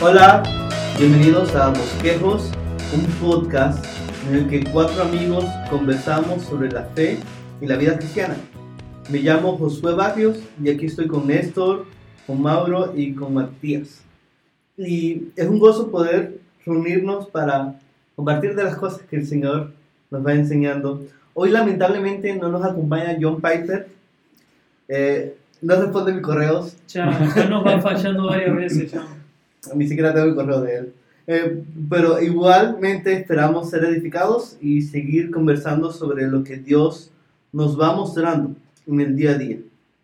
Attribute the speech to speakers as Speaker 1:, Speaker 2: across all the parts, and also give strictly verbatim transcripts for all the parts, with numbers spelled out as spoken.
Speaker 1: Hola, bienvenidos a Bosquejos, un podcast en el que cuatro amigos conversamos sobre la fe y la vida cristiana. Me llamo Josué Barrios y aquí estoy con Néstor, con Mauro y con Matías. Y es un gozo poder reunirnos para compartir de las cosas que el Señor nos va enseñando. Hoy lamentablemente no nos acompaña John Piper, eh, no responde mis correos.
Speaker 2: Ya, ya nos va fallando varias veces ya.
Speaker 1: Ni siquiera tengo el correo de él. Eh, pero igualmente esperamos ser edificados y seguir conversando sobre lo que Dios nos va mostrando en el día a día.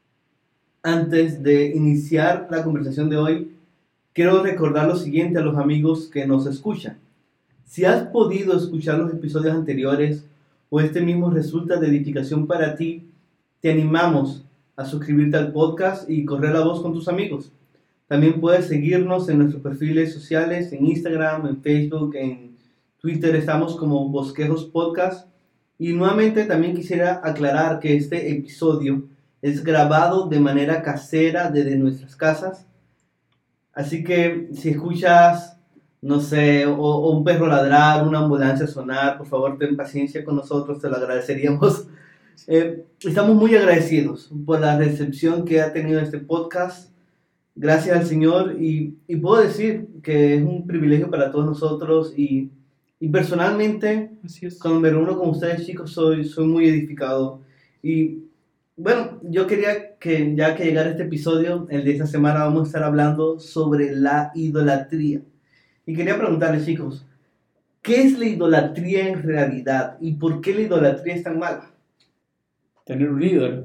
Speaker 1: Antes de iniciar la conversación de hoy, quiero recordar lo siguiente a los amigos que nos escuchan. Si has podido escuchar los episodios anteriores o este mismo resulta de edificación para ti, te animamos a suscribirte al podcast y correr la voz con tus amigos. También puedes seguirnos en nuestros perfiles sociales, en Instagram, en Facebook, en Twitter, estamos como Bosquejos Podcast. Y nuevamente también quisiera aclarar que este episodio es grabado de manera casera desde nuestras casas. Así que si escuchas, no sé, o, o un perro ladrar, una ambulancia sonar, por favor ten paciencia con nosotros, te lo agradeceríamos. Eh, estamos muy agradecidos por la recepción que ha tenido este podcast. Gracias al Señor y, y puedo decir que es un privilegio para todos nosotros y, y personalmente,
Speaker 2: Así es.
Speaker 1: cuando me reúno con ustedes, chicos, soy, soy muy edificado. Y bueno, yo quería que ya que llegara este episodio, el de esta semana vamos a estar hablando sobre la idolatría. Y quería preguntarles, chicos, ¿qué es la idolatría en realidad? ¿Y por qué la idolatría es tan mala?
Speaker 3: Tener un ídolo.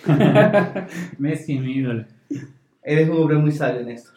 Speaker 3: Messi es mi ídolo.
Speaker 1: Eres un hombre muy sabio, Néstor.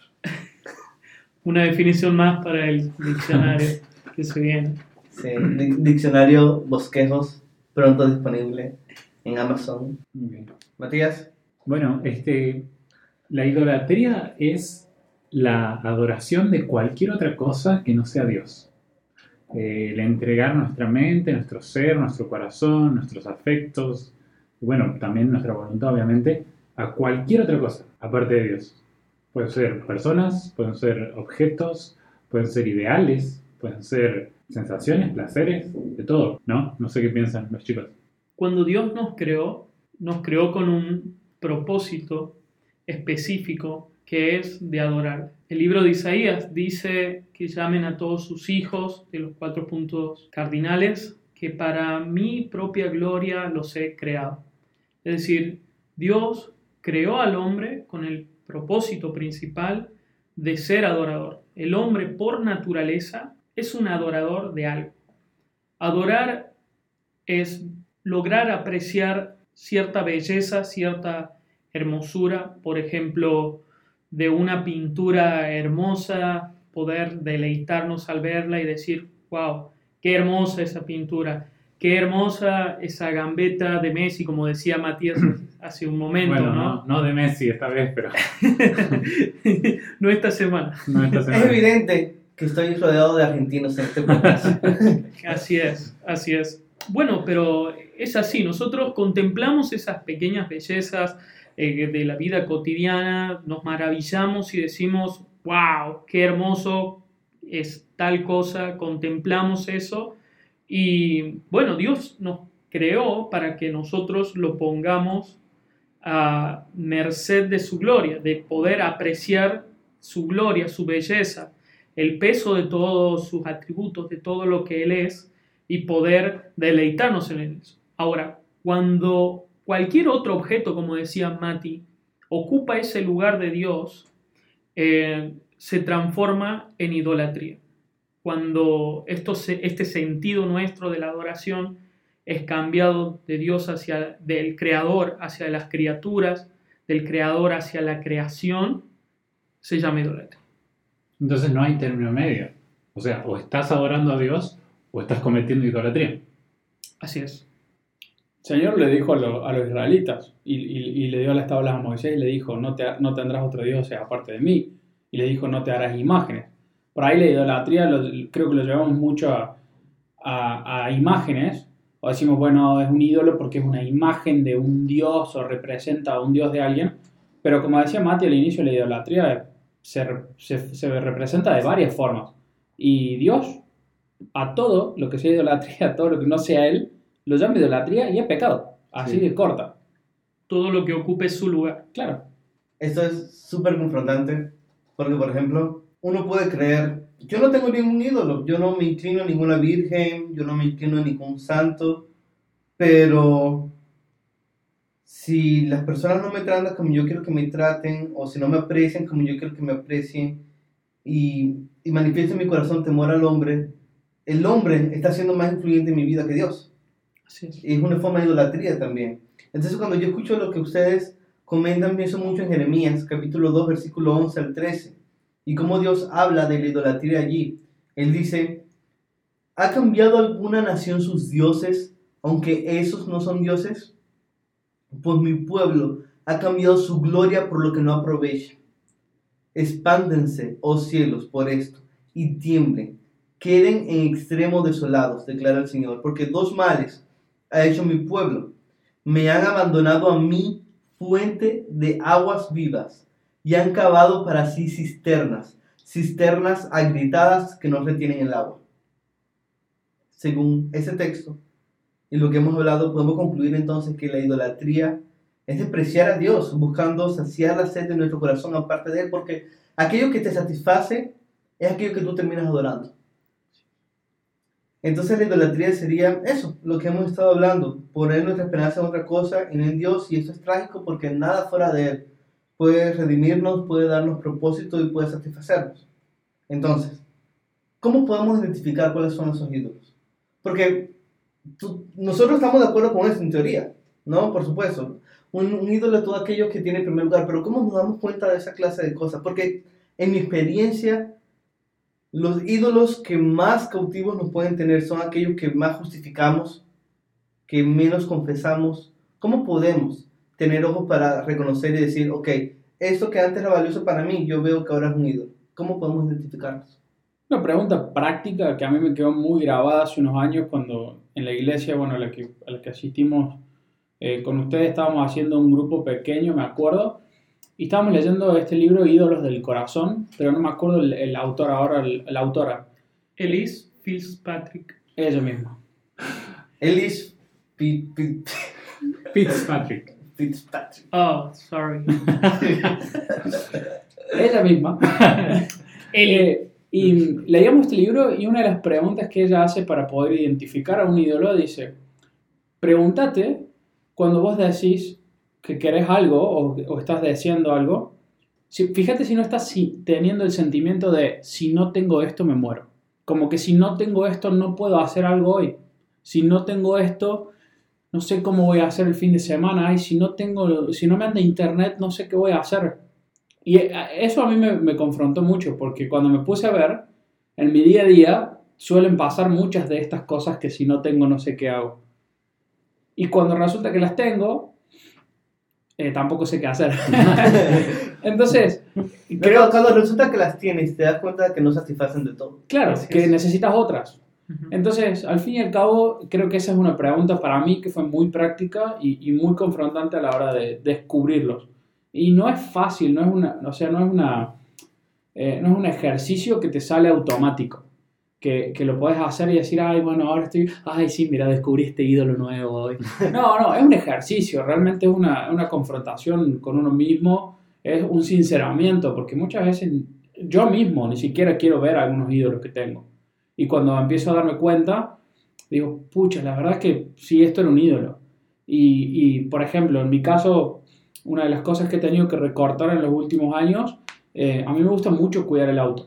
Speaker 2: Una definición más para el diccionario que se viene.
Speaker 1: Sí, di- diccionario Bosquejos, pronto disponible en Amazon.
Speaker 3: Okay.
Speaker 1: Matías.
Speaker 3: Bueno, este, la idolatría es la adoración de cualquier otra cosa que no sea Dios. Eh, el entregar nuestra mente, nuestro ser, nuestro corazón, nuestros afectos, y bueno, también nuestra voluntad, obviamente, a cualquier otra cosa, aparte de Dios. Pueden ser personas, pueden ser objetos, pueden ser ideales, pueden ser sensaciones, placeres, de todo, ¿no? No sé qué piensan los chicos.
Speaker 2: Cuando Dios nos creó, nos creó con un propósito específico que es de adorar. El libro de Isaías dice que llamen a todos sus hijos de los cuatro puntos cardinales, que para mi propia gloria los he creado. Es decir, Dios creó al hombre con el propósito principal de ser adorador. El hombre por naturaleza es un adorador de algo. Adorar es lograr apreciar cierta belleza, cierta hermosura, por ejemplo, de una pintura hermosa, poder deleitarnos al verla y decir, wow, qué hermosa esa pintura, qué hermosa esa gambeta de Messi, como decía Matías hace un momento,
Speaker 3: Bueno,
Speaker 2: ¿no?
Speaker 3: no, no de Messi esta vez, pero
Speaker 2: No esta semana.
Speaker 3: no esta
Speaker 1: Es
Speaker 3: semana.
Speaker 1: evidente que estoy rodeado de argentinos en este podcast.
Speaker 2: Así es, así es. Bueno, pero es así, nosotros contemplamos esas pequeñas bellezas eh, de la vida cotidiana, nos maravillamos y decimos, wow, qué hermoso es tal cosa, contemplamos eso y bueno, Dios nos creó para que nosotros lo pongamos a merced de su gloria, de poder apreciar su gloria, su belleza, el peso de todos sus atributos, de todo lo que Él es, y poder deleitarnos en Él. Ahora, cuando cualquier otro objeto, como decía Mati, ocupa ese lugar de Dios, eh, se transforma en idolatría. Cuando esto se, este sentido nuestro de la adoración es cambiado de Dios hacia, del Creador hacia las criaturas, del Creador hacia la creación, se llama idolatría.
Speaker 3: Entonces no hay término medio. O sea, o estás adorando a Dios o estás cometiendo idolatría.
Speaker 2: Así es.
Speaker 4: El Señor le dijo a, lo, a los israelitas y, y, y le dio las tablas a Moisés y le dijo, no, te, no tendrás otro Dios aparte de mí. Y le dijo, no te harás imágenes. Por ahí la idolatría lo, creo que lo llevamos mucho a, a, a imágenes. O decimos, bueno, es un ídolo porque es una imagen de un Dios o representa a un Dios de alguien. Pero como decía Mati al inicio, la idolatria se, se, se representa de varias formas. Y Dios, a todo lo que sea idolatría, a todo lo que no sea Él, lo llama idolatría y es pecado. Así
Speaker 1: Sí.
Speaker 4: de corta.
Speaker 2: Todo lo que ocupe su lugar.
Speaker 4: Claro.
Speaker 1: Esto es súper confrontante, porque por ejemplo, uno puede creer, yo no tengo ningún ídolo, yo no me inclino a ninguna virgen, yo no me inclino a ningún santo, pero si las personas no me tratan como yo quiero que me traten, o si no me aprecian como yo quiero que me aprecien, y, y manifiesto en mi corazón temor al hombre, el hombre está siendo más influyente en mi vida que Dios.
Speaker 2: Así es.
Speaker 1: Es una forma de idolatría también. Entonces cuando yo escucho lo que ustedes comentan, pienso mucho en Jeremías, capítulo dos, versículo once al trece, y cómo Dios habla de la idolatría allí. Él dice, ¿ha cambiado alguna nación sus dioses, aunque esos no son dioses? Pues mi pueblo ha cambiado su gloria por lo que no aprovecha. Expándense, oh cielos, por esto, y tiemblen, queden en extremo desolados, declara el Señor, porque dos males ha hecho mi pueblo. Me han abandonado a mí, fuente de aguas vivas, y han cavado para sí cisternas, cisternas agrietadas que no retienen el agua. Según ese texto y lo que hemos hablado, podemos concluir entonces que la idolatría es despreciar a Dios, buscando saciar la sed de nuestro corazón aparte de Él, porque aquello que te satisface es aquello que tú terminas adorando. Entonces la idolatría sería eso, lo que hemos estado hablando, poner nuestra esperanza en otra cosa y no en Dios, y esto es trágico porque nada fuera de Él puede redimirnos, puede darnos propósito y puede satisfacernos. Entonces, ¿cómo podemos identificar cuáles son esos ídolos? Porque tú, nosotros estamos de acuerdo con eso en teoría, ¿no? Por supuesto. Un, un ídolo es todo aquello que tiene en primer lugar, pero ¿cómo nos damos cuenta de esa clase de cosas? Porque en mi experiencia, los ídolos que más cautivos nos pueden tener son aquellos que más justificamos, que menos confesamos. ¿Cómo podemos tener ojos para reconocer y decir, ok, esto que antes era valioso para mí, yo veo que ahora es un ídolo? ¿Cómo podemos identificarlos?
Speaker 4: Una pregunta práctica que a mí me quedó muy grabada hace unos años cuando en la iglesia, bueno, a la que, a la que asistimos eh, con ustedes, estábamos haciendo un grupo pequeño, me acuerdo, y estábamos leyendo este libro Ídolos del Corazón, pero no me acuerdo el, el autor ahora, el, la autora.
Speaker 2: Elise Fitzpatrick.
Speaker 4: Ella misma.
Speaker 1: Elise P- P-
Speaker 3: Fitzpatrick.
Speaker 1: Fitzpatrick.
Speaker 2: Oh, sorry.
Speaker 4: Ella misma.
Speaker 2: Eli.
Speaker 4: Eh, y leíamos este libro y una de las preguntas que ella hace para poder identificar a un ídolo dice, pregúntate cuando vos decís que querés algo o, o estás deseando algo, si, fíjate si no estás si, teniendo el sentimiento de si no tengo esto me muero. Como que si no tengo esto no puedo hacer algo hoy. Si no tengo esto no sé cómo voy a hacer el fin de semana. Ay, si no tengo, si no me anda internet no sé qué voy a hacer. Y eso a mí me, me confrontó mucho porque cuando me puse a ver en mi día a día suelen pasar muchas de estas cosas que si no tengo no sé qué hago. Y cuando resulta que las tengo, eh, tampoco sé qué hacer. Entonces,
Speaker 1: Creo
Speaker 4: creo
Speaker 1: que cuando resulta que las tienes, te das cuenta de que no satisfacen de todo.
Speaker 4: claro,
Speaker 2: Así
Speaker 4: que
Speaker 2: es.
Speaker 4: necesitas otras.
Speaker 2: Ujú.
Speaker 4: Entonces, al fin y al cabo, creo que esa es una pregunta para mí que fue muy práctica y, y muy confrontante a la hora de descubrirlos. Y no es fácil, no es una, o sea, no es una, eh, no es un ejercicio que te sale automático. Que, que lo puedes hacer y decir, ay, bueno, ahora estoy, ay, sí, mira, descubrí este ídolo nuevo hoy. No, no, es un ejercicio, realmente es una, una confrontación con uno mismo, es un sinceramiento, porque muchas veces yo mismo ni siquiera quiero ver algunos ídolos que tengo. Y cuando empiezo a darme cuenta, digo, pucha, la verdad es que sí, esto era un ídolo. Y, y, por ejemplo, en mi caso, una de las cosas que he tenido que recortar en los últimos años, eh, a mí me gusta mucho cuidar el auto.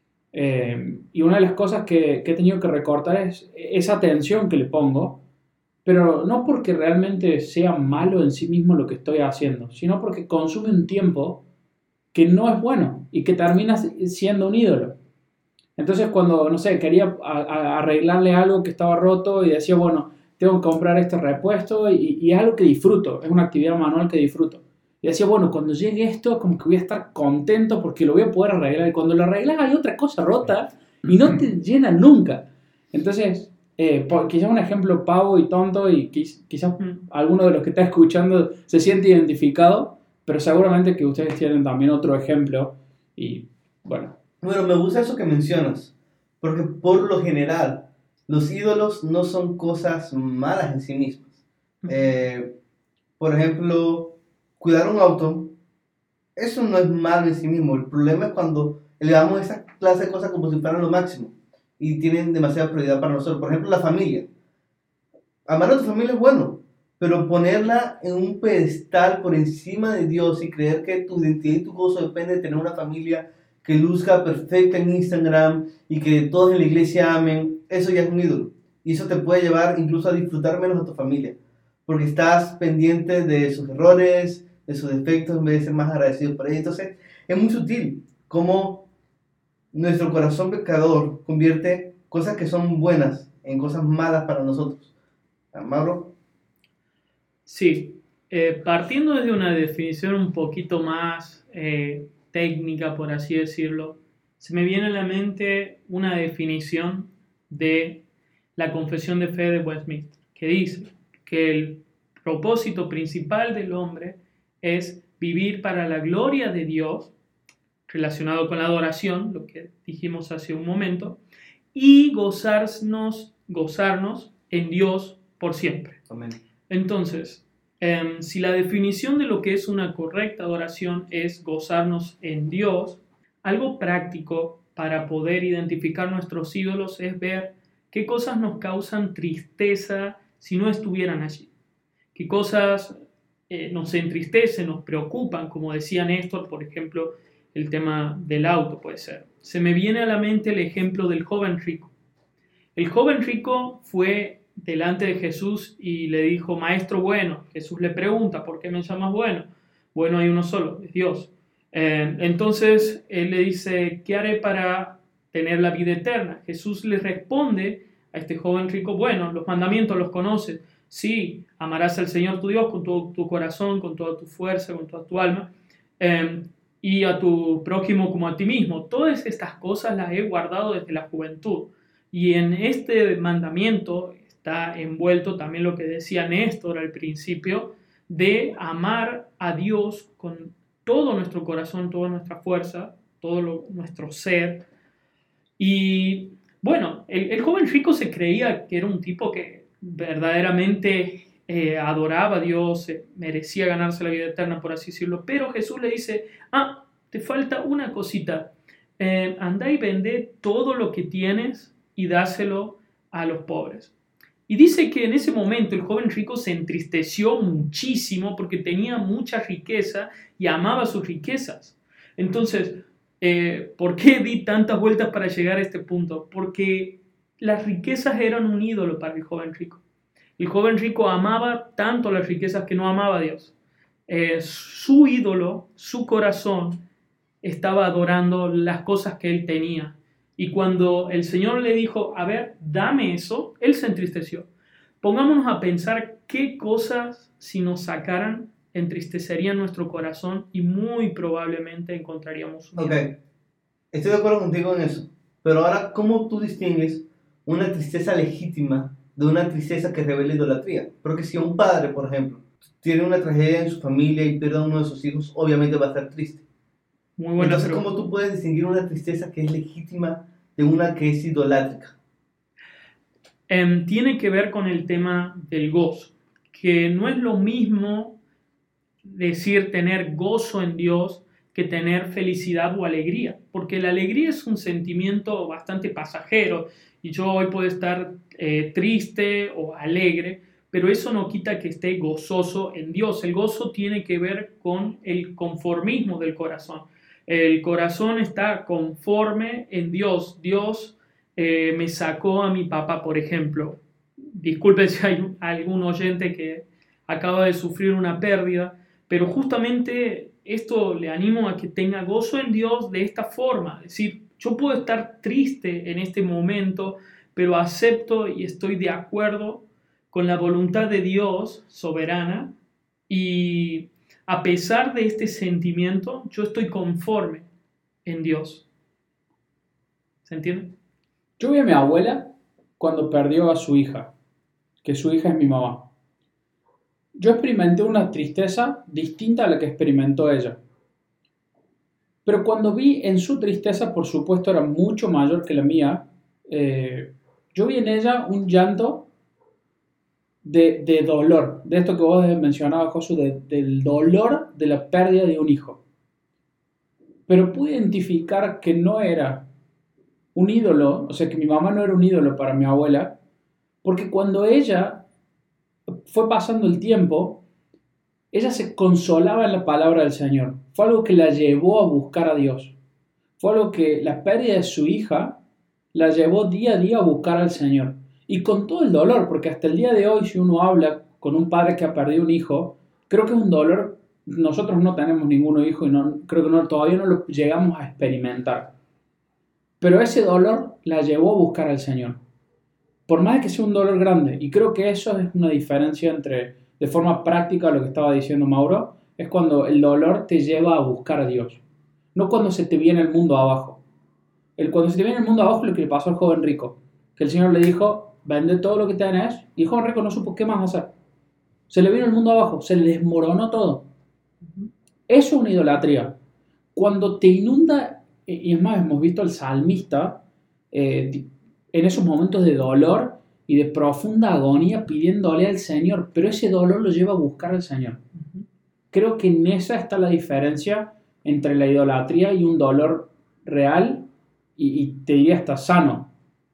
Speaker 4: Eh, y una de las cosas que, que he tenido que recortar es esa atención que le pongo, pero no porque realmente sea malo en sí mismo lo que estoy haciendo, sino porque consume un tiempo que no es bueno y que termina siendo un ídolo. Entonces cuando, no sé, quería a, a arreglarle algo que estaba roto y decía, bueno, tengo que comprar este repuesto y, y es algo que disfruto, es una actividad manual que disfruto. Y decía, bueno, cuando llegue esto, como que voy a estar contento porque lo voy a poder arreglar. Y cuando lo arreglas hay otra cosa rota y no te llena nunca. Entonces, eh, por, quizás un ejemplo pavo y tonto y quiz, quizás alguno de los que está escuchando se siente identificado, pero seguramente que ustedes tienen también otro ejemplo Y bueno.
Speaker 1: Bueno, me gusta eso que mencionas, porque por lo general los ídolos no son cosas malas en sí mismas. Eh, por ejemplo, cuidar un auto, eso no es malo en sí mismo. El problema es cuando elevamos esa clase de cosas como si fueran lo máximo y tienen demasiada prioridad para nosotros. Por ejemplo, la familia. Amar a tu familia es bueno, pero ponerla en un pedestal por encima de Dios y creer que tu identidad y tu gozo depende de tener una familia que luzca perfecta en Instagram y que todos en la iglesia amen, eso ya es un ídolo. Y eso te puede llevar incluso a disfrutar menos a tu familia, porque estás pendiente de sus errores, de sus defectos, en vez de ser más agradecido por ellos. Entonces, es muy sutil cómo nuestro corazón pecador convierte cosas que son buenas en cosas malas para nosotros. Mauro.
Speaker 2: Sí, eh, partiendo desde una definición un poquito más eh, técnica, por así decirlo, se me viene a la mente una definición de la Confesión de Fe de Westminster, que dice que el propósito principal del hombre es vivir para la gloria de Dios, relacionado con la adoración, lo que dijimos hace un momento, y gozarnos, gozarnos en Dios por siempre.
Speaker 1: Amén.
Speaker 2: Entonces, eh, si la definición de lo que es una correcta adoración es gozarnos en Dios, algo práctico para poder identificar nuestros ídolos es ver qué cosas nos causan tristeza si no estuvieran allí, qué cosas eh, nos entristecen, nos preocupan, como decía Néstor, por ejemplo, el tema del auto puede ser. Se me viene a la mente el ejemplo del joven rico. El joven rico fue delante de Jesús y le dijo, maestro bueno. Jesús le pregunta, ¿por qué me llamas bueno? Bueno, hay uno solo, es Dios. Eh, entonces él le dice, ¿qué haré para tener la vida eterna? Jesús le responde a este joven rico, bueno, los mandamientos los conoces. Sí, amarás al Señor tu Dios con todo tu corazón, con toda tu fuerza, con toda tu alma, eh, y a tu prójimo como a ti mismo. Todas estas cosas las he guardado desde la juventud. Y en este mandamiento está envuelto también lo que decía Néstor al principio, de amar a Dios con todo nuestro corazón, toda nuestra fuerza, todo lo, nuestro ser. Y bueno, el, el joven rico se creía que era un tipo que verdaderamente eh, adoraba a Dios, eh, merecía ganarse la vida eterna, por así decirlo, pero Jesús le dice, ah, te falta una cosita, eh, andá y vende todo lo que tienes y dáselo a los pobres. Y dice que en ese momento el joven rico se entristeció muchísimo porque tenía mucha riqueza y amaba sus riquezas. Entonces, eh, ¿por qué di tantas vueltas para llegar a este punto? Porque las riquezas eran un ídolo para el joven rico. El joven rico amaba tanto las riquezas que no amaba a Dios. Eh, su ídolo, su corazón, estaba adorando las cosas que él tenía. Y cuando el Señor le dijo, a ver, dame eso, él se entristeció. Pongámonos a pensar qué cosas, si nos sacaran, entristecerían nuestro corazón y muy probablemente encontraríamos un
Speaker 1: Ok, estoy de acuerdo contigo en eso. Pero ahora, ¿cómo tú distingues una tristeza legítima de una tristeza que revela idolatría? Porque si un padre, por ejemplo, tiene una tragedia en su familia y pierde a uno de sus hijos, obviamente va a estar triste.
Speaker 2: Muy buena
Speaker 1: Entonces,
Speaker 2: pregunta.
Speaker 1: ¿cómo tú puedes distinguir una tristeza que es legítima de una que es idolátrica?
Speaker 2: Eh, tiene que ver con el tema del gozo, que no es lo mismo decir tener gozo en Dios que tener felicidad o alegría, porque la alegría es un sentimiento bastante pasajero y yo hoy puedo estar eh, triste o alegre, pero eso no quita que esté gozoso en Dios. El gozo tiene que ver con el conformismo del corazón. El corazón está conforme en Dios. Dios eh, me sacó a mi papá, por ejemplo. Disculpe si hay algún oyente que acaba de sufrir una pérdida, pero justamente esto le animo a que tenga gozo en Dios de esta forma. Es decir, yo puedo estar triste en este momento, pero acepto y estoy de acuerdo con la voluntad de Dios soberana y a pesar de este sentimiento, yo estoy conforme en Dios. ¿Se entiende?
Speaker 4: Yo vi a mi abuela cuando perdió a su hija, que su hija es mi mamá. Yo experimenté una tristeza distinta a la que experimentó ella. Pero cuando vi en su tristeza, por supuesto era mucho mayor que la mía, eh, yo vi en ella un llanto de, de dolor, de esto que vos mencionabas, Josu, de, del dolor de la pérdida de un hijo. Pero pude identificar que no era un ídolo, o sea, que mi mamá no era un ídolo para mi abuela, porque cuando ella fue pasando el tiempo, ella se consolaba en la palabra del Señor. Fue algo que la llevó a buscar a Dios. Fue algo que la pérdida de su hija la llevó día a día a buscar al Señor. Y con todo el dolor, porque hasta el día de hoy, si uno habla con un padre que ha perdido un hijo, creo que es un dolor. Nosotros no tenemos ninguno hijo y no, creo que no, todavía no lo llegamos a experimentar. Pero ese dolor la llevó a buscar al Señor. Por más que sea un dolor grande. Y creo que eso es una diferencia entre, de forma práctica, lo que estaba diciendo Mauro, es cuando el dolor te lleva a buscar a Dios. No cuando se te viene el mundo abajo. El, cuando se te viene el mundo abajo es lo que le pasó al joven rico. Que el Señor le dijo, vende todo lo que tenés. Y el joven rico no supo qué más hacer. Se le vino el mundo abajo. Se le desmoronó todo. Eso es una idolatría. Cuando te inunda, y es más, hemos visto al salmista eh, en esos momentos de dolor y de profunda agonía pidiéndole al Señor, pero ese dolor lo lleva a buscar al Señor. Creo que en esa está la diferencia entre la idolatría y un dolor real y, y te diría hasta sano.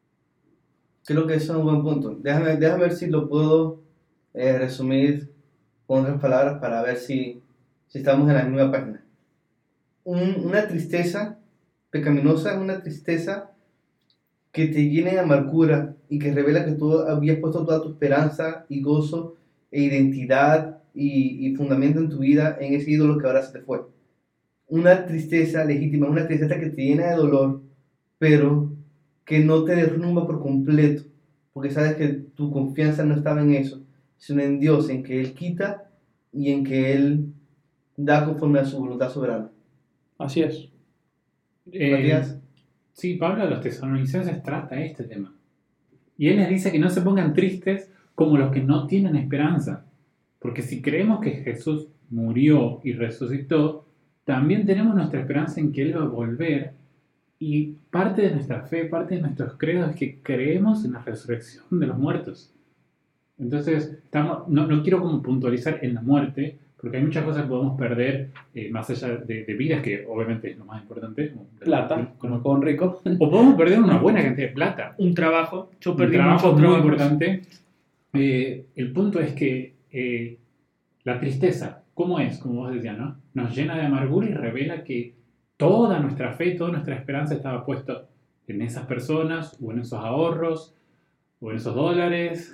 Speaker 1: Creo que eso es un buen punto. Déjame, déjame ver si lo puedo eh, resumir con otras palabras para ver si, si estamos en la misma página. Un, una tristeza pecaminosa es una tristeza que te llena de amargura y que revela que tú habías puesto toda tu esperanza y gozo e identidad y, y fundamento en tu vida en ese ídolo que ahora se te fue. Una tristeza legítima, una tristeza que te llena de dolor, pero que no te derrumba por completo, porque sabes que tu confianza no estaba en eso, sino en Dios, en que Él quita y en que Él da conforme a su voluntad soberana.
Speaker 4: Así es.
Speaker 3: Eh,
Speaker 1: Matías.
Speaker 3: Sí, Pablo a los tesalonicenses trata este tema. Y él les dice que no se pongan tristes como los que no tienen esperanza. Porque si creemos que Jesús murió y resucitó, también tenemos nuestra esperanza en que Él va a volver. Y parte de nuestra fe, parte de nuestros credos es que creemos en la resurrección de los muertos. Entonces, estamos, no, no quiero como puntualizar en la muerte, porque hay muchas cosas que podemos perder, eh, más allá de, de vidas, que obviamente es lo más importante. Como
Speaker 4: Plata, como el joven rico.
Speaker 3: O podemos perder una buena cantidad de plata.
Speaker 2: Un trabajo. Yo
Speaker 3: Un
Speaker 2: perdí
Speaker 3: trabajo
Speaker 2: muchos
Speaker 3: muy
Speaker 2: trabajos.
Speaker 3: importante. Eh, el punto es que eh, la tristeza, ¿cómo es? Como vos decías, ¿no? Nos llena de amargura y revela que toda nuestra fe, toda nuestra esperanza estaba puesta en esas personas, o en esos ahorros, o en esos dólares,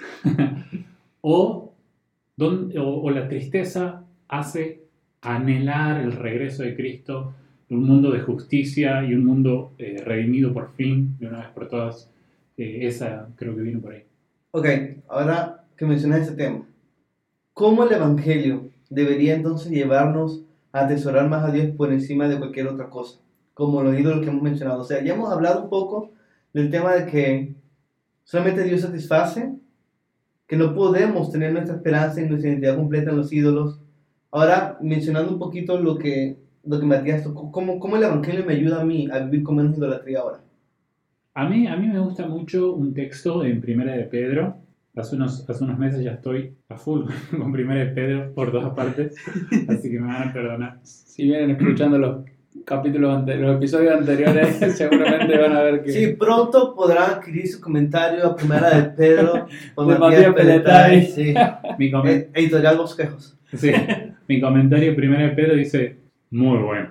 Speaker 3: o, don, o, o la tristeza hace anhelar el regreso de Cristo, un mundo de justicia y un mundo eh, redimido por fin, de una vez por todas. Eh, esa creo que vino por ahí.
Speaker 1: Ok, ahora que mencionas ese tema, ¿cómo el Evangelio debería entonces llevarnos a atesorar más a Dios por encima de cualquier otra cosa? Como los ídolos que hemos mencionado. O sea, ya hemos hablado un poco del tema de que solamente Dios satisface, que no podemos tener nuestra esperanza y nuestra identidad completa en los ídolos. Ahora, mencionando un poquito lo que, lo que Matías tocó, ¿cómo, ¿cómo el Evangelio me ayuda a mí a vivir con menos idolatría ahora?
Speaker 3: A mí, a mí me gusta mucho un texto en Primera de Pedro. Hace unos, hace unos meses ya estoy a full con Primera de Pedro por todas partes, así que me van a perdonar.
Speaker 4: Si vienen escuchando los capítulos anteriores, los episodios anteriores, seguramente van a ver que...
Speaker 1: Sí, pronto podrán adquirir su comentario a Primera de Pedro con
Speaker 4: De
Speaker 1: Matías
Speaker 4: Matías
Speaker 1: Peletay.
Speaker 4: Peletay.
Speaker 1: Sí.
Speaker 3: Mi, comen-
Speaker 1: Eh, Editorial Bosquejos.
Speaker 3: sí, mi comentario en Primera de Pedro dice, muy bueno.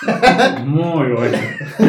Speaker 3: Muy bueno.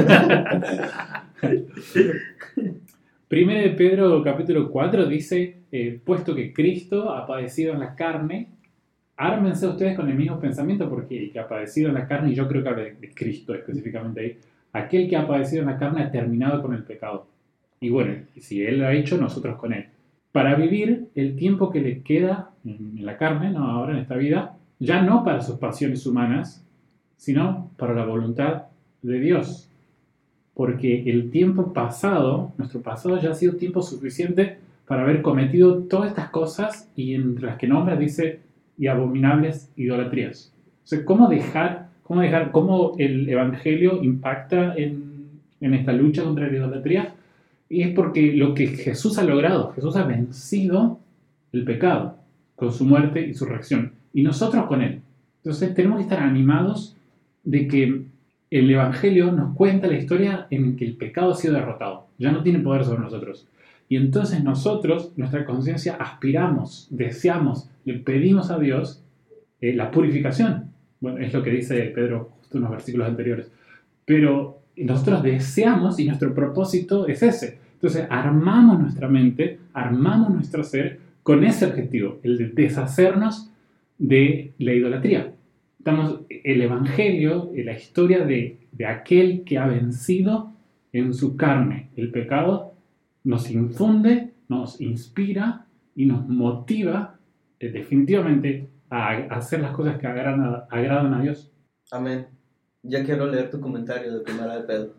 Speaker 3: Primera de Pedro capítulo cuatro dice, eh, puesto que Cristo ha padecido en la carne, ármense ustedes con el mismo pensamiento, porque el que ha padecido en la carne, y yo creo que habla de, de Cristo específicamente ahí, aquel que ha padecido en la carne ha terminado con el pecado. Y bueno, si Él lo ha hecho, nosotros con Él. Para vivir el tiempo que le queda en, en la carne, no ahora en esta vida, ya no para sus pasiones humanas, sino para la voluntad de Dios. Porque el tiempo pasado, nuestro pasado ya ha sido tiempo suficiente para haber cometido todas estas cosas, y entre las que nombra dice, y abominables idolatrías. O sea, ¿cómo dejar, ¿Cómo, dejar, cómo el Evangelio impacta en, en esta lucha contra la idolatría? Y es porque lo que Jesús ha logrado, Jesús ha vencido el pecado con su muerte y su resurrección, y nosotros con él. Entonces tenemos que estar animados de que el Evangelio nos cuenta la historia en que el pecado ha sido derrotado, ya no tiene poder sobre nosotros. Y entonces nosotros, nuestra conciencia, aspiramos, deseamos, le pedimos a Dios eh, la purificación. Bueno, es lo que dice Pedro justo en los versículos anteriores. Pero nosotros deseamos y nuestro propósito es ese. Entonces armamos nuestra mente, armamos nuestro ser con ese objetivo, el de deshacernos de la idolatría. Estamos, el Evangelio, la historia de, de aquel que ha vencido en su carne el pecado, nos infunde, nos inspira y nos motiva eh, definitivamente a, a hacer las cosas que agradan a, agradan a Dios.
Speaker 1: Amén. Ya quiero leer tu comentario de Primera de Pedro.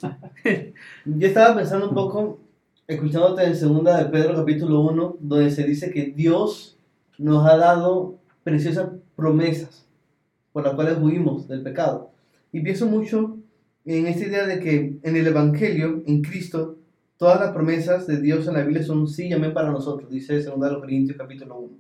Speaker 1: Yo estaba pensando un poco, escuchándote en Segunda de Pedro capítulo uno, donde se dice que Dios nos ha dado preciosas promesas por las cuales huimos del pecado. Y pienso mucho en esta idea de que en el Evangelio, en Cristo, todas las promesas de Dios en la Biblia son sí y amén para nosotros, dice segunda de los Corintios capítulo uno.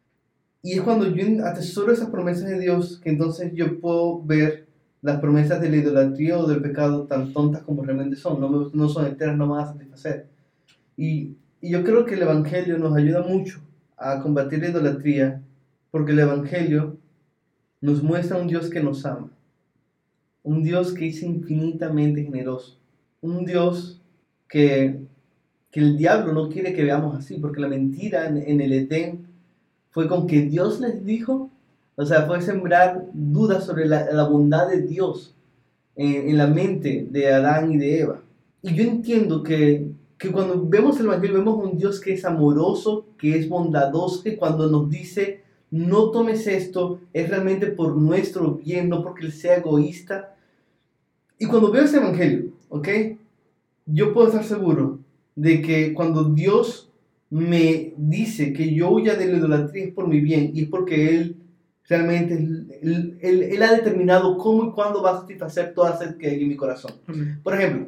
Speaker 1: Y es cuando yo atesoro esas promesas de Dios que entonces yo puedo ver las promesas de la idolatría o del pecado tan tontas como realmente son. No, me, no son enteras, no me van a satisfacer. Y, y yo creo que el Evangelio nos ayuda mucho a combatir la idolatría, porque el Evangelio nos muestra un Dios que nos ama, un Dios que es infinitamente generoso, un Dios que, que el diablo no quiere que veamos así, porque la mentira en, en el Edén fue con que Dios les dijo, o sea, fue sembrar dudas sobre la, la bondad de Dios en, en la mente de Adán y de Eva. Y yo entiendo que, que cuando vemos el Evangelio, vemos un Dios que es amoroso, que es bondadoso, que cuando nos dice, no tomes esto, es realmente por nuestro bien, no porque Él sea egoísta. Y cuando veo ese Evangelio, ¿ok? Yo puedo estar seguro de que cuando Dios me dice que yo huya de la idolatría es por mi bien, y es porque Él realmente, Él, él, él ha determinado cómo y cuándo va a satisfacer toda sed que hay en mi corazón. Uh-huh. Por ejemplo,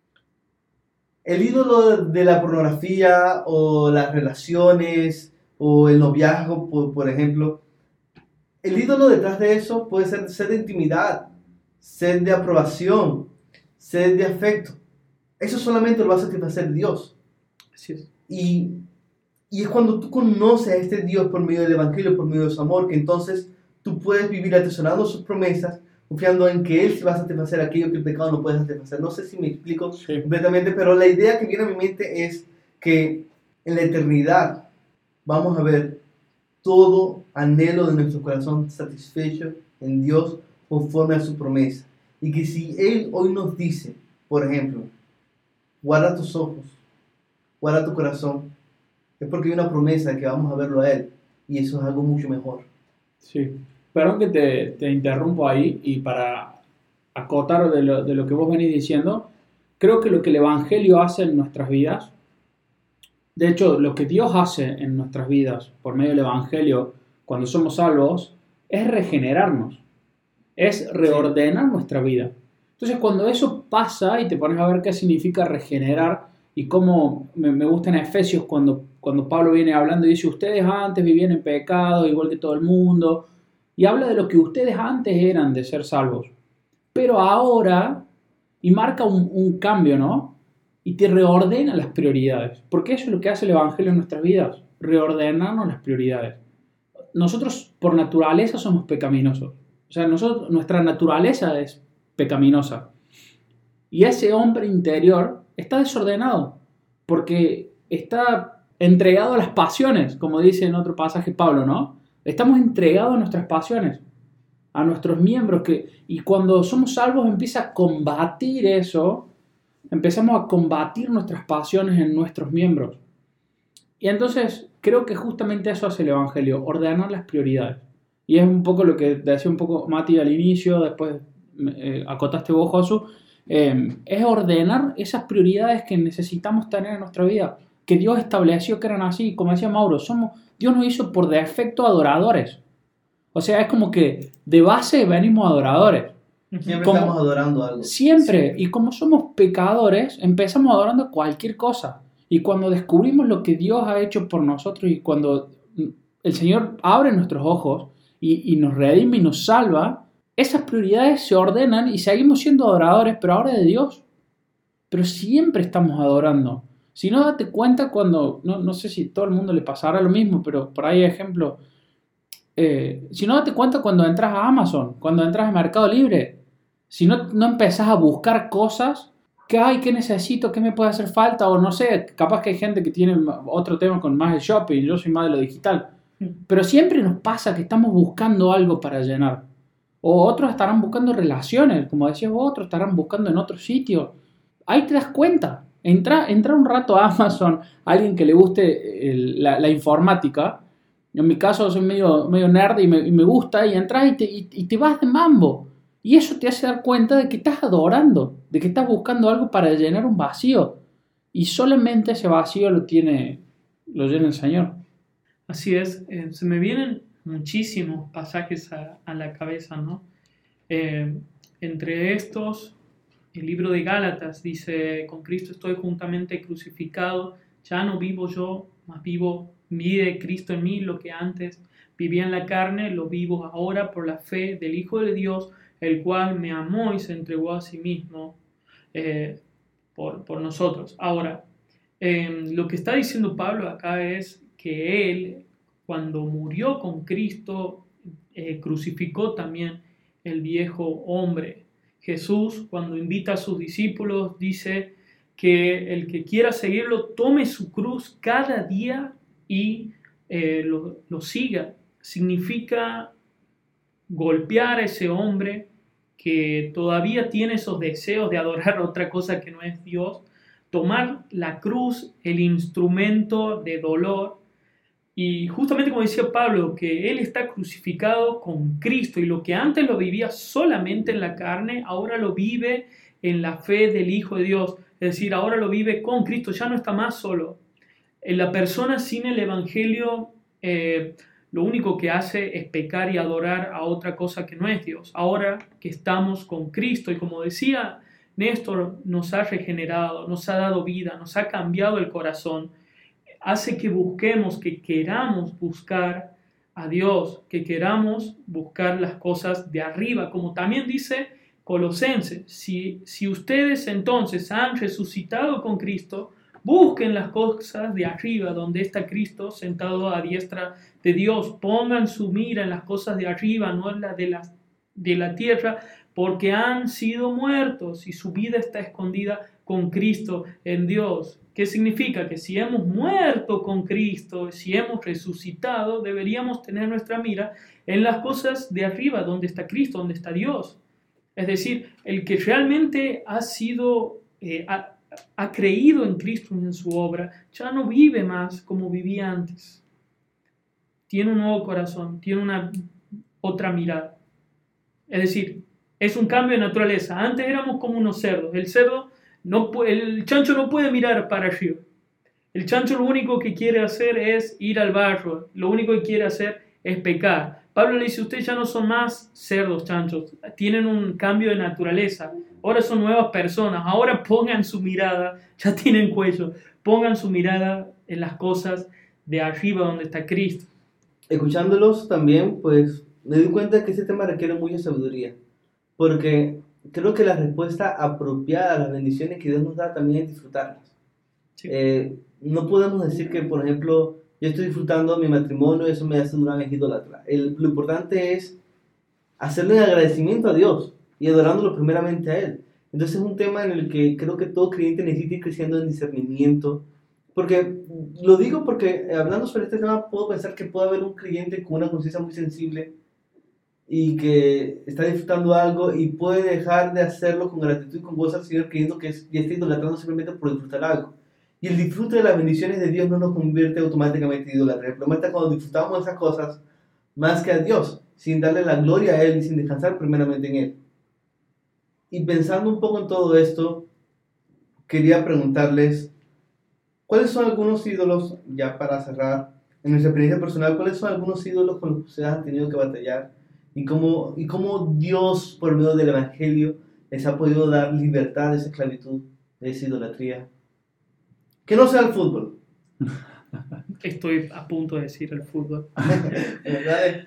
Speaker 1: el ídolo de la pornografía o las relaciones o el noviazgo, por, por ejemplo, el ídolo detrás de eso puede ser sed de intimidad, sed de aprobación, sed de afecto. Eso solamente lo va a satisfacer Dios.
Speaker 2: Así es.
Speaker 1: Y, y es cuando tú conoces a este Dios por medio del Evangelio, por medio de su amor, que entonces tú puedes vivir atesorando sus promesas, confiando en que Él sí va a satisfacer aquello que el pecado no puede satisfacer. No sé si me explico sí. completamente, pero la idea que viene a mi mente es que en la eternidad vamos a ver todo anhelo de nuestro corazón satisfecho en Dios conforme a su promesa. Y que si Él hoy nos dice, por ejemplo, guarda tus ojos, guarda tu corazón, es porque hay una promesa que vamos a verlo a Él, y eso es algo mucho mejor.
Speaker 4: Sí, perdón que te, te interrumpo ahí, y para acotar de lo, de lo que vos venís diciendo, creo que lo que el Evangelio hace en nuestras vidas, de hecho, lo que Dios hace en nuestras vidas por medio del Evangelio cuando somos salvos, es regenerarnos, es reordenar nuestra vida. Entonces, cuando eso pasa y te pones a ver qué significa regenerar, y cómo me, me gusta en Efesios cuando, cuando Pablo viene hablando y dice, ustedes antes vivían en pecado igual que todo el mundo, y habla de lo que ustedes antes eran de ser salvos, pero ahora, y marca un, un cambio, ¿no? Y te reordena las prioridades, porque eso es lo que hace el Evangelio en nuestras vidas, reordenarnos las prioridades. Nosotros por naturaleza somos pecaminosos, o sea, nosotros, nuestra naturaleza es pecaminosa, y ese hombre interior está desordenado, porque está entregado a las pasiones, como dice en otro pasaje Pablo, ¿no? Estamos entregados a nuestras pasiones, a nuestros miembros, que, y cuando somos salvos empieza a combatir eso, empezamos a combatir nuestras pasiones en nuestros miembros. Y entonces creo que justamente eso hace el Evangelio, ordenar las prioridades. Y es un poco lo que decía un poco Mati al inicio, después eh, acotaste vos, Josu, eh, es ordenar esas prioridades que necesitamos tener en nuestra vida, que Dios estableció que eran así, como decía Mauro, somos, Dios nos hizo por defecto adoradores. O sea, es como que de base venimos adoradores.
Speaker 1: Siempre
Speaker 4: Como-
Speaker 1: estamos adorando algo.
Speaker 4: Siempre. Y como somos pecadores, empezamos adorando cualquier cosa. Y cuando descubrimos lo que Dios ha hecho por nosotros y cuando el Señor abre nuestros ojos y, y nos redime y nos salva, esas prioridades se ordenan y seguimos siendo adoradores, pero ahora de Dios. Pero siempre estamos adorando. Si no, date cuenta cuando, no, no sé si a todo el mundo le pasará lo mismo, pero por ahí ejemplo, eh, si no, date cuenta cuando entras a Amazon, cuando entras a Mercado Libre, si no, no empezás a buscar cosas, que ay, ¿qué necesito? ¿Qué me puede hacer falta? O no sé, capaz que hay gente que tiene otro tema con más el shopping, yo soy más de lo digital. Pero siempre nos pasa que estamos buscando algo para llenar. O otros estarán buscando relaciones, como decías vos, otros estarán buscando en otro sitio. Ahí te das cuenta. Entra, entra un rato a Amazon, a alguien que le guste el, la, la informática. En mi caso soy medio, medio nerd y me, y me gusta, y entras y te, y, y te vas de mambo. Y eso te hace dar cuenta de que estás adorando, de que estás buscando algo para llenar un vacío. Y solamente ese vacío lo tiene, lo llena el Señor.
Speaker 2: Así es, eh, se me vienen muchísimos pasajes a, a la cabeza, ¿no? Eh, entre estos, el libro de Gálatas dice, con Cristo estoy juntamente crucificado, ya no vivo yo, mas vivo, vive Cristo en mí, lo que antes vivía en la carne, lo vivo ahora por la fe del Hijo de Dios, el cual me amó y se entregó a sí mismo eh, por, por nosotros. Ahora, eh, lo que está diciendo Pablo acá es que él, cuando murió con Cristo, eh, crucificó también el viejo hombre. Jesús, cuando invita a sus discípulos, dice que el que quiera seguirlo, tome su cruz cada día y eh, lo, lo siga. Significa golpear a ese hombre que todavía tiene esos deseos de adorar otra cosa que no es Dios, tomar la cruz, el instrumento de dolor, y justamente como decía Pablo, que él está crucificado con Cristo y lo que antes lo vivía solamente en la carne, ahora lo vive en la fe del Hijo de Dios, es decir, ahora lo vive con Cristo, ya no está más solo. En la persona sin el Evangelio, eh, lo único que hace es pecar y adorar a otra cosa que no es Dios. Ahora que estamos con Cristo y como decía Néstor, nos ha regenerado, nos ha dado vida, nos ha cambiado el corazón, hace que busquemos, que queramos buscar a Dios, que queramos buscar las cosas de arriba, como también dice Colosenses, si, si ustedes entonces han resucitado con Cristo, busquen las cosas de arriba, donde está Cristo sentado a diestra de Dios, pongan su mira en las cosas de arriba, no en las de la, de la tierra, porque han sido muertos y su vida está escondida con Cristo en Dios. ¿Qué significa? Que si hemos muerto con Cristo, si hemos resucitado, deberíamos tener nuestra mira en las cosas de arriba, donde está Cristo, donde está Dios. Es decir, el que realmente ha sido, eh, ha, ha creído en Cristo y en su obra, ya no vive más como vivía antes. Tiene un nuevo corazón, tiene una otra mirada. Es decir, es un cambio de naturaleza. Antes éramos como unos cerdos. El cerdo No, el chancho no puede mirar para arriba. El chancho lo único que quiere hacer es ir al barro. Lo único que quiere hacer es pecar. Pablo le dice, ustedes ya no son más cerdos, chanchos. Tienen un cambio de naturaleza. Ahora son nuevas personas. Ahora pongan su mirada, ya tienen cuello, pongan su mirada en las cosas de arriba donde está Cristo.
Speaker 1: Escuchándolos también, pues me di cuenta que este tema requiere mucha sabiduría. Porque creo que la respuesta apropiada a las bendiciones que Dios nos da también es disfrutarlas. Sí. Eh, no podemos decir que, por ejemplo, yo estoy disfrutando mi matrimonio y eso me hace una vez idólatra. El, lo importante es hacerle un agradecimiento a Dios y adorándolo primeramente a Él. Entonces es un tema en el que creo que todo creyente necesita ir creciendo en discernimiento. Porque, lo digo porque eh, hablando sobre este tema puedo pensar que puede haber un creyente con una conciencia muy sensible y que está disfrutando algo y puede dejar de hacerlo con gratitud y con gozo al Señor, creyendo que es, ya está idolatrando simplemente por disfrutar algo. Y el disfrute de las bendiciones de Dios no nos convierte automáticamente en idolatría. El problema está cuando disfrutamos de esas cosas más que a Dios, sin darle la gloria a Él y sin descansar primeramente en Él. Y pensando un poco en todo esto, quería preguntarles, ¿cuáles son algunos ídolos, ya para cerrar, en nuestra experiencia personal, cuáles son algunos ídolos con los que ustedes han tenido que batallar y cómo, y cómo Dios, por medio del Evangelio, les ha podido dar libertad de esa esclavitud, de esa idolatría. Que no sea el fútbol.
Speaker 2: Estoy a punto de decir el fútbol.
Speaker 1: ¿Verdad?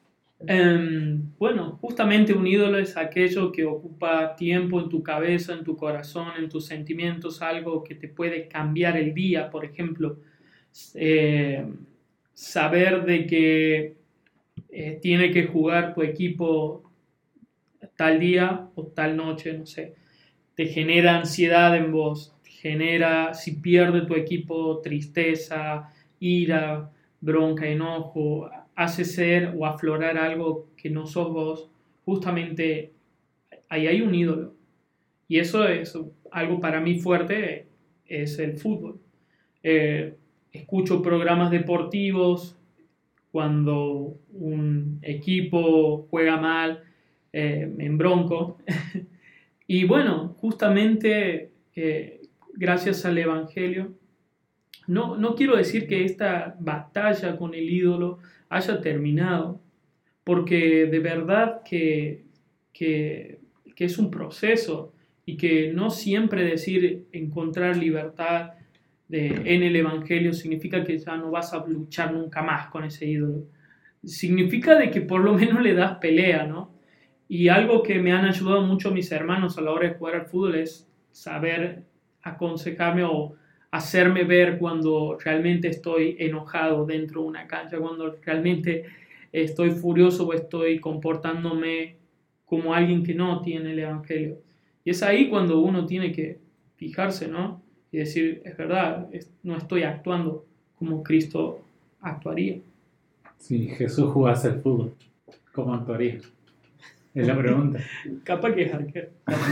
Speaker 2: Um, bueno, justamente un ídolo es aquello que ocupa tiempo en tu cabeza, en tu corazón, en tus sentimientos, algo que te puede cambiar el día. Por ejemplo, eh, saber de que eh, tiene que jugar tu equipo tal día o tal noche, no sé, te genera ansiedad en vos, te genera, si pierde tu equipo, tristeza, ira, bronca, enojo, hace ser o aflorar algo que no sos vos. Justamente ahí hay un ídolo, y eso es algo para mí fuerte, es el fútbol. Eh, escucho programas deportivos cuando un equipo juega mal, eh, me embronco. Y bueno, justamente eh, gracias al Evangelio, no, no quiero decir que esta batalla con el ídolo haya terminado, porque de verdad que, que, que es un proceso, y que no siempre decir encontrar libertad de, en el Evangelio significa que ya no vas a luchar nunca más con ese ídolo. Significa de que por lo menos le das pelea, ¿no? Y algo que me han ayudado mucho mis hermanos a la hora de jugar al fútbol es saber aconsejarme o hacerme ver cuando realmente estoy enojado dentro de una cancha, cuando realmente estoy furioso o estoy comportándome como alguien que no tiene el Evangelio. Y es ahí cuando uno tiene que fijarse, ¿no? Y decir, es verdad, es, no estoy actuando como Cristo actuaría.
Speaker 3: Si Jesús jugase al fútbol, ¿cómo actuaría? Es la pregunta.
Speaker 2: Capaz que es arquero.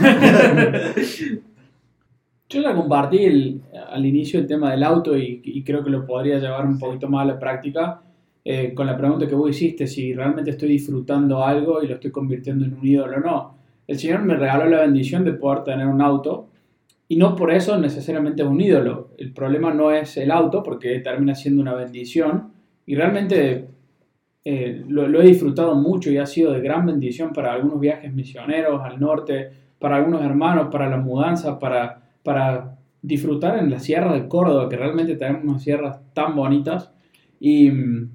Speaker 4: Yo ya compartí el, al inicio el tema del auto y, y creo que lo podría llevar un poquito más a la práctica eh, con la pregunta que vos hiciste, si realmente estoy disfrutando algo y lo estoy convirtiendo en un ídolo o no. El Señor me regaló la bendición de poder tener un auto y no por eso necesariamente es un ídolo. El problema no es el auto porque termina siendo una bendición y realmente eh, lo, lo he disfrutado mucho y ha sido de gran bendición para algunos viajes misioneros al norte, para algunos hermanos, para la mudanza, para, para disfrutar en la sierra de Córdoba, que realmente tenemos unas sierras tan bonitas. Y,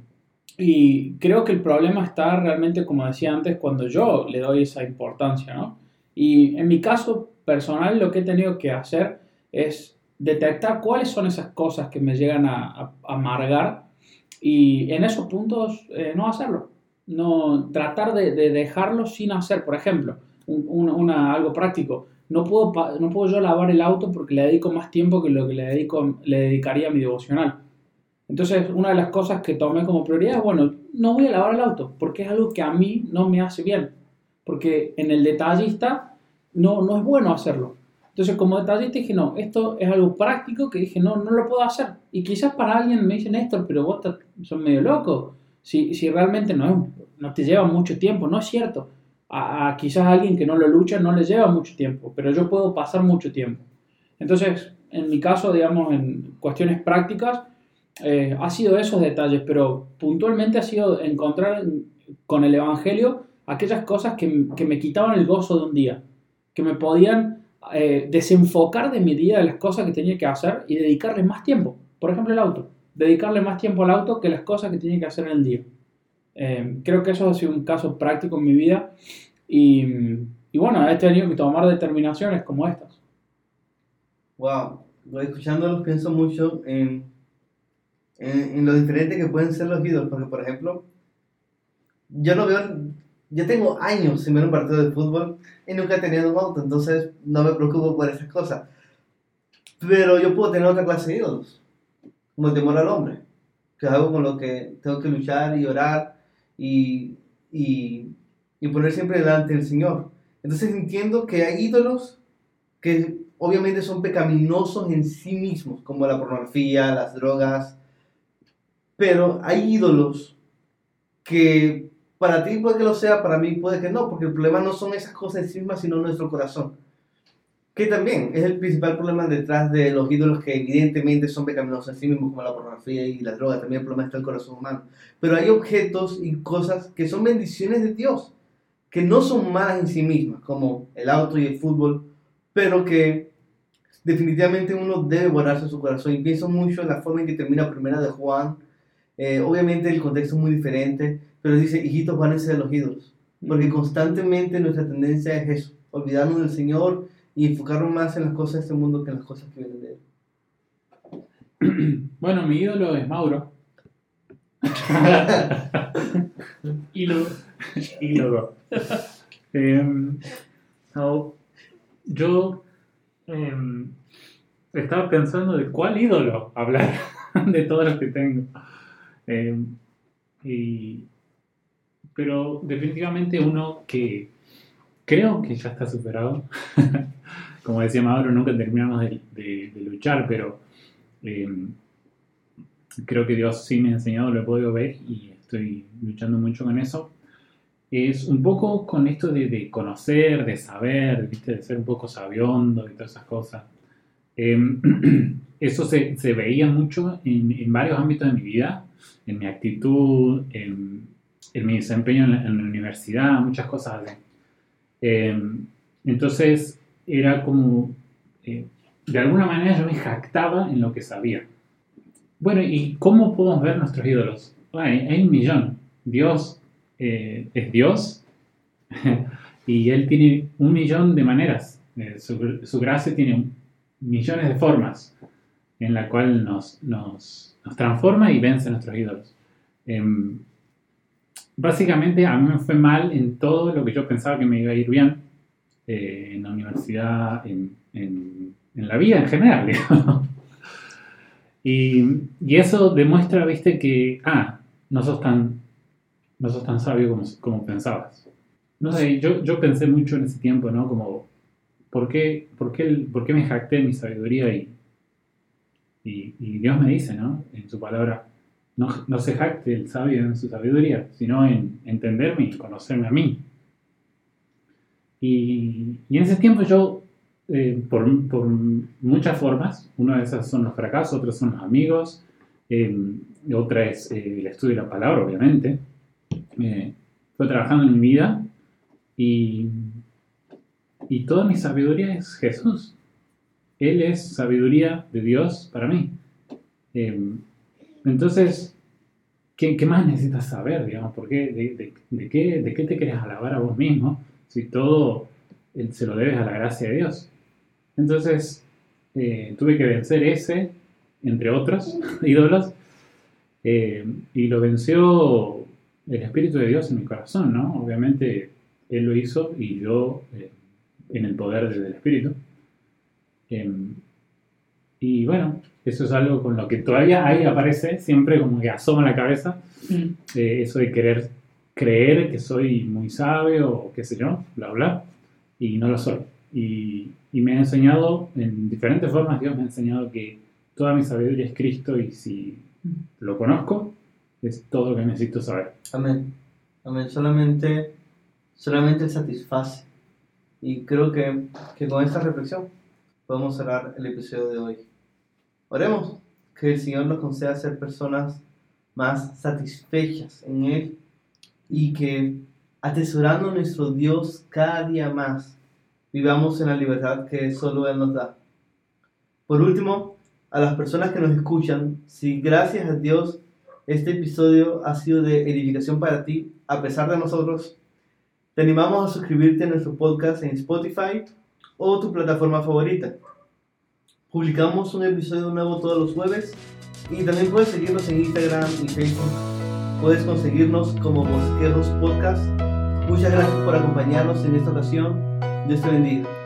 Speaker 4: y creo que el problema está realmente, como decía antes, cuando yo le doy esa importancia, ¿no? Y en mi caso personal lo que he tenido que hacer es detectar cuáles son esas cosas que me llegan a, a, a amargar y en esos puntos eh, no hacerlo, no tratar de, de dejarlo sin hacer. Por ejemplo, un, un, una, algo práctico, no puedo, no puedo yo lavar el auto porque le dedico más tiempo que lo que le, dedico, le dedicaría a mi devocional. Entonces, una de las cosas que tomé como prioridad es, bueno, no voy a lavar el auto porque es algo que a mí no me hace bien, porque en el detallista no, no es bueno hacerlo. Entonces, como detallista dije, no, esto es algo práctico que dije, no, no lo puedo hacer. Y quizás para alguien me dice, Néstor, pero vos sos medio loco. Si, si realmente no, es, no te lleva mucho tiempo, no es cierto. A, a quizás a alguien que no lo lucha no le lleva mucho tiempo, pero yo puedo pasar mucho tiempo. Entonces, en mi caso, digamos, en cuestiones prácticas, eh, ha sido esos detalles, pero puntualmente ha sido encontrar con el Evangelio aquellas cosas que, que me quitaban el gozo de un día, que me podían eh, desenfocar de mi día de las cosas que tenía que hacer y dedicarle más tiempo. Por ejemplo, el auto. Dedicarle más tiempo al auto que las cosas que tenía que hacer en el día. Eh, creo que eso ha sido un caso práctico en mi vida y, y bueno, he tenido que tomar determinaciones como estas.
Speaker 1: Wow, escuchándolos pienso mucho en, en, en lo diferente que pueden ser los ídolos, porque por ejemplo, yo no veo, yo tengo años sin ver un partido de fútbol y nunca he tenido un auto, entonces no me preocupo por esas cosas. Pero yo puedo tener otra clase de ídolos, como el temor al hombre, que es algo con lo que tengo que luchar y orar y, y, y poner siempre delante del Señor. Entonces entiendo que hay ídolos que obviamente son pecaminosos en sí mismos, como la pornografía, las drogas, pero hay ídolos que para ti puede que lo sea, para mí puede que no, porque el problema no son esas cosas en sí mismas, sino nuestro corazón. Que también es el principal problema detrás de los ídolos que evidentemente son pecaminosos en sí mismos, como la pornografía y la droga. También el problema está en el corazón humano. Pero hay objetos y cosas que son bendiciones de Dios, que no son malas en sí mismas, como el auto y el fútbol, pero que definitivamente uno debe guardarse en su corazón. Y pienso mucho en la forma en que termina Primera de Juan. Eh, obviamente el contexto es muy diferente, pero dice, hijitos, váyanse de los ídolos. Porque constantemente nuestra tendencia es eso, olvidarnos del Señor y enfocarnos más en las cosas de este mundo que en las cosas que vienen de Él.
Speaker 3: Bueno, mi ídolo es Mauro.
Speaker 2: Y lo...
Speaker 3: Ídolo. Eh, no, yo eh, estaba pensando de cuál ídolo hablar de todos los que tengo. Eh, y, pero definitivamente uno que creo que ya está superado. Como decía Mauro, nunca terminamos de, de, de luchar, pero eh, creo que Dios sí me ha enseñado, lo he podido ver y estoy luchando mucho con eso. Es un poco con esto de, de conocer, de saber, ¿viste? De ser un poco sabiondo y todas esas cosas. Eh, eso se, se veía mucho en, en varios ámbitos de mi vida, en mi actitud, en, en mi desempeño en la, en la universidad, muchas cosas así. Eh, entonces era como, eh, de alguna manera yo me jactaba en lo que sabía. Bueno, ¿y cómo podemos ver nuestros ídolos? Hay, hay un millón. Dios eh, es Dios y Él tiene un millón de maneras. Eh, su, su gracia tiene millones de formas en la cual nos, nos, nos transforma y vence a nuestros ídolos. Eh, básicamente a mí me fue mal en todo lo que yo pensaba que me iba a ir bien, eh, en la universidad, en, en, en la vida en general, digamos. Y, y eso demuestra, viste, que, ah, no sos tan, no sos tan sabio como, como pensabas. No sé, yo, yo pensé mucho en ese tiempo, ¿no? Como, ¿por qué, por qué, el, por qué me jacté en mi sabiduría? Y, y, y Dios me dice, ¿no? En su palabra, no, no se jacte el sabio en su sabiduría, sino en entenderme y conocerme a mí. Y, y en ese tiempo yo, eh, por, por muchas formas, una de esas son los fracasos, otras son los amigos, eh, otra es eh, el estudio de la palabra, obviamente. Eh, fue trabajando en mi vida y, y toda mi sabiduría es Jesús. Él es sabiduría de Dios para mí. Eh, entonces, ¿qué, ¿qué más necesitas saber, digamos? ¿Por qué, de, de, de, qué, ¿De qué te querés alabar a vos mismo si todo eh, se lo debes a la gracia de Dios? Entonces, eh, tuve que vencer ese, entre otros ídolos, eh, y lo venció el Espíritu de Dios en mi corazón, ¿no? Obviamente, Él lo hizo y yo eh, en el poder del Espíritu. Eh, y bueno, eso es algo con lo que todavía ahí aparece, siempre como que asoma la cabeza, mm. eh, eso de querer creer que soy muy sabio o qué sé yo, bla bla, y no lo soy. Y, y me ha enseñado, en diferentes formas, Dios me ha enseñado que toda mi sabiduría es Cristo y si lo conozco, es todo lo que necesito saber.
Speaker 1: Amén. Amén. Solamente, solamente satisface. Y creo que, que con esta reflexión podemos cerrar el episodio de hoy. Oremos que el Señor nos conceda ser personas más satisfechas en Él y que, atesorando a nuestro Dios cada día más, vivamos en la libertad que solo Él nos da. Por último, a las personas que nos escuchan, si gracias a Dios este episodio ha sido de edificación para ti, a pesar de nosotros, te animamos a suscribirte a nuestro podcast en Spotify o tu plataforma favorita. Publicamos un episodio nuevo todos los jueves y también puedes seguirnos en Instagram y Facebook. Puedes conseguirnos como Bosquejos Podcast. Muchas gracias por acompañarnos en esta ocasión. Dios te bendiga.